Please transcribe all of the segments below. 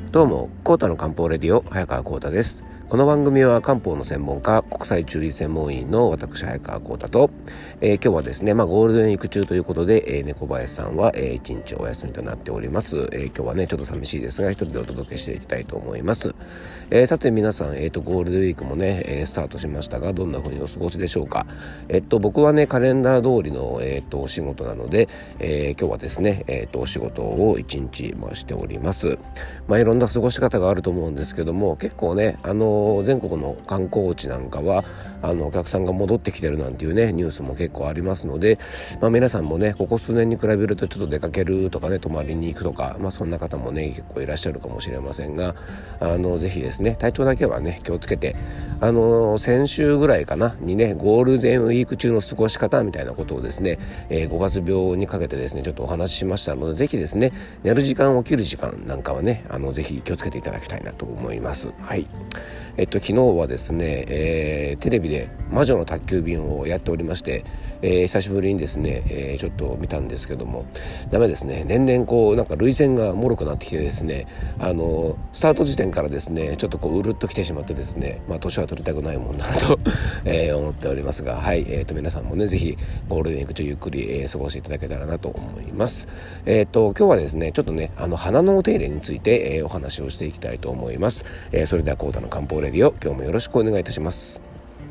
どうも、コータの漢方レディオ早川コータです。この番組は漢方の専門家、国際中医専門医の私早川コータと、今日はですね、ゴールデンウィーク中ということで、猫林さんは、一日お休みとなっております。今日はねちょっと寂しいですが一人でお届けしていきたいと思います。さて皆さん、ゴールデンウィークもね、スタートしましたが、どんな風にお過ごしでしょうか。僕はねカレンダー通りの、お仕事なので、今日はですね、お仕事を一日しております。いろんな過ごし方があると思うんですけども、結構ね全国の観光地なんかはお客さんが戻ってきてるなんていうねニュースも結構ありますので、皆さんもねここ数年に比べるとちょっと出かけるとかね、泊まりに行くとか、そんな方もね結構いらっしゃるかもしれませんが、ぜひですね体調だけはね気をつけて、先週ぐらいかなにねゴールデンウィーク中の過ごし方みたいなことをですね、5月病にかけてですねちょっとお話ししましたので、ぜひですね寝る時間起きる時間なんかはねぜひ気をつけていただきたいなと思います。はい。昨日はですね、テレビで魔女の宅急便をやっておりまして、久しぶりにですね、ちょっと見たんですけども、ダメですね。年々なんか涙腺がもろくなってきてですね、スタート時点からですねちょっとうるっときてしまってですね、年は取りたくないもんだなと、思っておりますが、はい。皆さんもねぜひゴールデンウィーク中ゆっくり、過ごしていただけたらなと思います。今日はですねちょっとね鼻のお手入れについて、お話をしていきたいと思います。それではコータの漢方レディオ、今日もよろしくお願いいたします。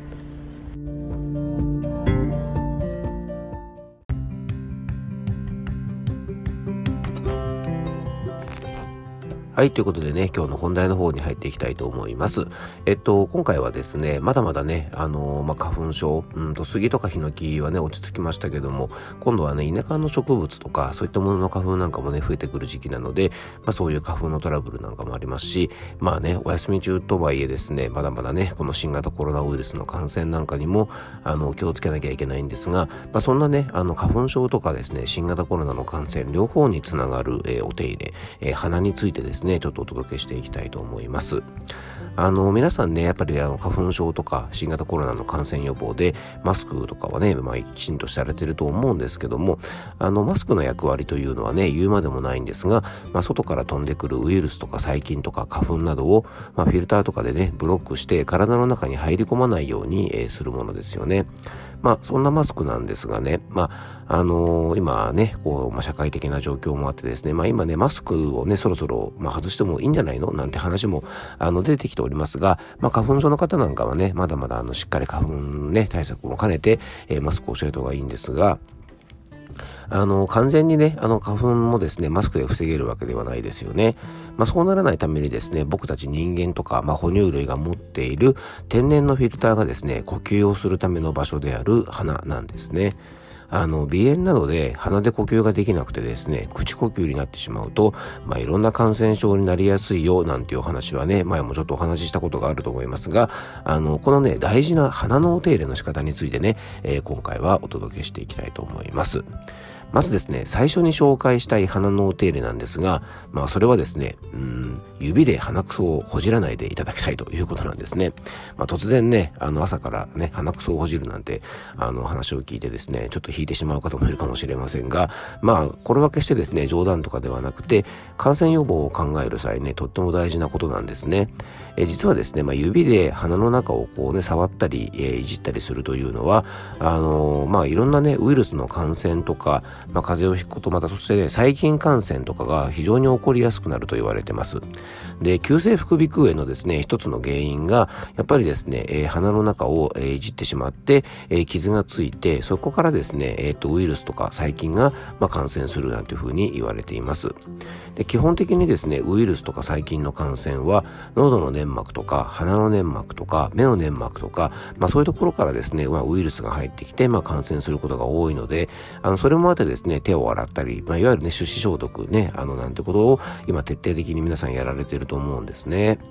はい、ということでね、今日の本題の方に入っていきたいと思います。今回はですね、まだまだね、花粉症、杉とかヒノキはね、落ち着きましたけども、今度はね、田舎の植物とか、そういったものの花粉なんかもね、増えてくる時期なので、そういう花粉のトラブルなんかもありますし、お休み中とはいえですね、まだまだね、この新型コロナウイルスの感染なんかにも、気をつけなきゃいけないんですが、そんなね、花粉症とかですね、新型コロナの感染、両方につながる、お手入れ、鼻についてですね、ちょっとお届けしていきたいと思います。皆さんねやっぱり花粉症とか新型コロナの感染予防でマスクとかはねきちんとされてると思うんですけども、マスクの役割というのはね言うまでもないんですが、外から飛んでくるウイルスとか細菌とか花粉などを、フィルターとかでねブロックして体の中に入り込まないように、するものですよね。そんなマスクなんですがね、今ね社会的な状況もあってですね、今ねマスクをねそろそろ外してもいいんじゃないのなんて話も出てきておりますが、花粉症の方なんかはねまだまだしっかり花粉ね対策も兼ねて、マスクをしておいた方がいいんですが、完全にね花粉もですねマスクで防げるわけではないですよね。そうならないためにですね、僕たち人間とか、哺乳類が持っている天然のフィルターがですね呼吸をするための場所である鼻なんですね。鼻炎などで鼻で呼吸ができなくてですね口呼吸になってしまうと、いろんな感染症になりやすいよなんていうお話はね前もちょっとお話ししたことがあると思いますが、このね大事な鼻のお手入れの仕方についてね、今回はお届けしていきたいと思います。まずですね最初に紹介したい鼻のお手入れなんですが、それはですね指で鼻くそをほじらないでいただきたいということなんですね。突然ね朝からね鼻くそをほじるなんて話を聞いてですねちょっと引いてしまう方もいるかもしれませんが、これは決してですね冗談とかではなくて感染予防を考える際ねとっても大事なことなんですね。実はですね、指で鼻の中を触ったり、いじったりするというのはいろんなねウイルスの感染とか、風邪をひくことそしてね細菌感染とかが非常に起こりやすくなると言われてます。で急性副鼻腔炎のですね一つの原因がやっぱりですね、鼻の中を、いじってしまって、傷がついてそこからですね、ウイルスとか細菌が、感染するなんていうふうに言われています。で基本的にですねウイルスとか細菌の感染は喉の粘膜とか鼻の粘膜とか目の粘膜とか、そういうところからですね、ウイルスが入ってきて、感染することが多いのでそれもあってですね手を洗ったり、いわゆるね手指消毒ねなんてことを今徹底的に皆さんやられていると思うんですね。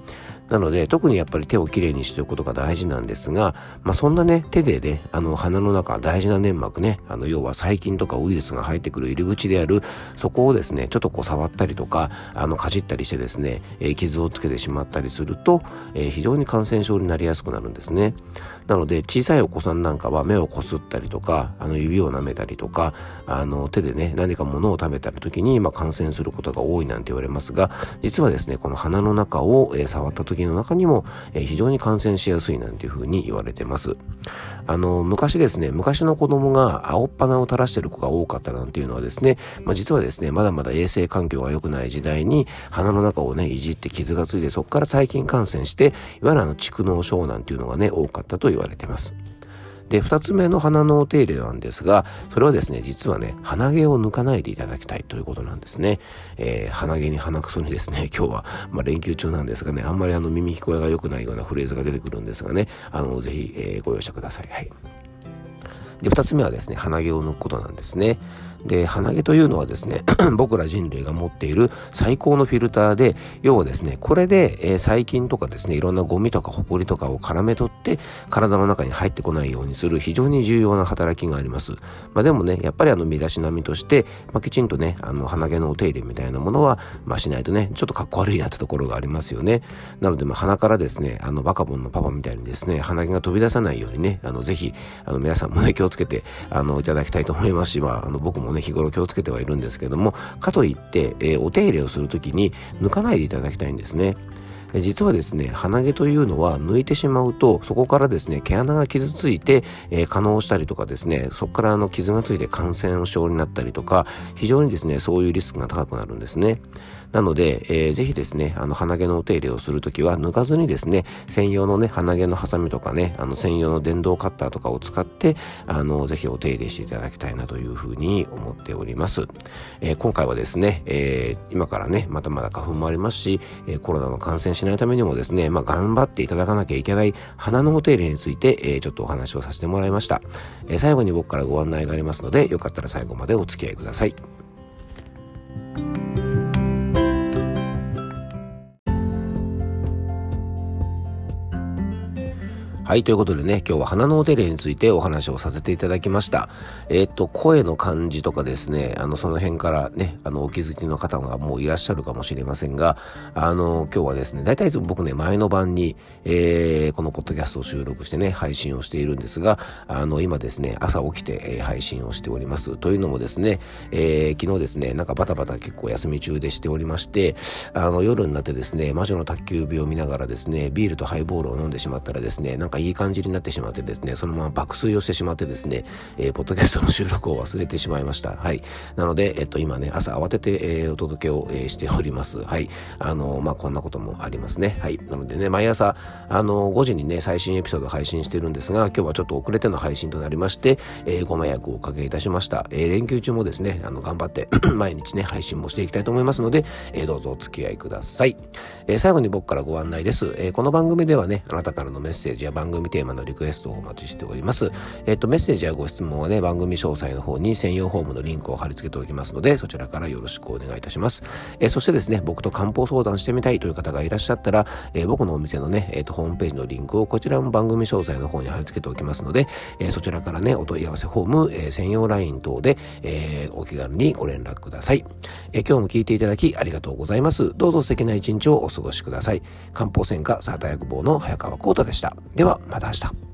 なので特にやっぱり手をきれいにしておくことが大事なんですが、そんなね手でね鼻の中大事な粘膜ね要は細菌とかウイルスが入ってくる入り口であるそこをですねちょっと触ったりとかかじったりしてですね、傷をつけてしまったりすると、非常に感染症になりやすくなるんですね。なので小さいお子さんなんかは目をこすったりとか指を舐めたりとか手でね何か物を食べた時に感染することが多いなんて言われますが、実はですねこの鼻の中を、触った時の中にも、非常に感染しやすいなんていうふうに言われてます。昔ですね昔の子供が青っ鼻を垂らしてる子が多かったなんていうのはですね、実はですねまだまだ衛生環境が良くない時代に鼻の中をねいじって傷がついてそこから細菌感染していわゆる蓄膿症なんていうのがね多かったと言われてます。で、二つ目の鼻のお手入れなんですが、それはですね、実はね、鼻毛を抜かないでいただきたいということなんですね。鼻毛に鼻くそにですね、今日は、連休中なんですがね、あんまり耳聞こえが良くないようなフレーズが出てくるんですがね、ぜひ、ご容赦ください。はい。で、二つ目はですね、鼻毛を抜くことなんですね。で、鼻毛というのはですね、僕ら人類が持っている最高のフィルターで、要はですね、これで、細菌とかですね、いろんなゴミとかホコリとかを絡め取って、体の中に入ってこないようにする非常に重要な働きがあります。でもね、やっぱり身だしなみとして、きちんとね、鼻毛のお手入れみたいなものは、しないとね、ちょっとかっこ悪いなってところがありますよね。なので、鼻からですね、バカボンのパパみたいにですね、鼻毛が飛び出さないようにね、ぜひ、皆さんもね、気をつけて、いただきたいと思いますし、僕もね、日頃気をつけてはいるんですけども、かといって、お手入れをするときに抜かないでいただきたいんですね。実はですね、鼻毛というのは抜いてしまうと、そこからですね、毛穴が傷ついて、化膿したりとかですね、そこから傷がついて感染症になったりとか、非常にですね、そういうリスクが高くなるんですね。なので、ぜひですね、鼻毛のお手入れをするときは抜かずにですね、専用のね、鼻毛のハサミとかね、専用の電動カッターとかを使って、ぜひお手入れしていただきたいなというふうに思っております。今回はですね、今からね、まだまだ花粉もありますし、コロナの感染しないためにもですね、頑張っていただかなきゃいけない鼻のお手入れについて、ちょっとお話をさせてもらいました。最後に僕からご案内がありますので、よかったら最後までお付き合いください。はい、ということでね、今日は鼻のお手入れについてお話をさせていただきました。声の感じとかですね、その辺からね、お気づきの方がもういらっしゃるかもしれませんが、今日はですね、だいたい僕ね、前の晩に、このポッドキャストを収録してね、配信をしているんですが、今ですね、朝起きて、配信をしております。というのもですね、昨日ですね、なんかバタバタ結構休み中でしておりまして、夜になってですね、魔女の宅急便を見ながらですね、ビールとハイボールを飲んでしまったらですね、なんかいい感じになってしまってですね、そのまま爆睡をしてしまってですね、ポッドキャストの収録を忘れてしまいました。はい。なので、今ね、朝慌てて、お届けを、しております。はい。こんなこともありますね。はい。なのでね、毎朝、5時にね、最新エピソード配信してるんですが、今日はちょっと遅れての配信となりまして、ご迷惑をおかけいたしました。連休中もですね、頑張って毎日ね、配信もしていきたいと思いますので、どうぞお付き合いください。最後に僕からご案内です。この番組ではね、あなたからのメッセージや番組テーマのリクエストをお待ちしております。メッセージやご質問はね、番組詳細の方に専用フォームのリンクを貼り付けておきますので、そちらからよろしくお願いいたします。そしてですね、僕と漢方相談してみたいという方がいらっしゃったら、僕のお店のね、ホームページのリンクをこちらも番組詳細の方に貼り付けておきますので、そちらからね、お問い合わせフォーム、専用 LINE 等で、お気軽にご連絡ください。今日も聞いていただきありがとうございます。どうぞ素敵な一日をお過ごしください。漢方専科サーター薬房の早川浩太でした。では、また明日。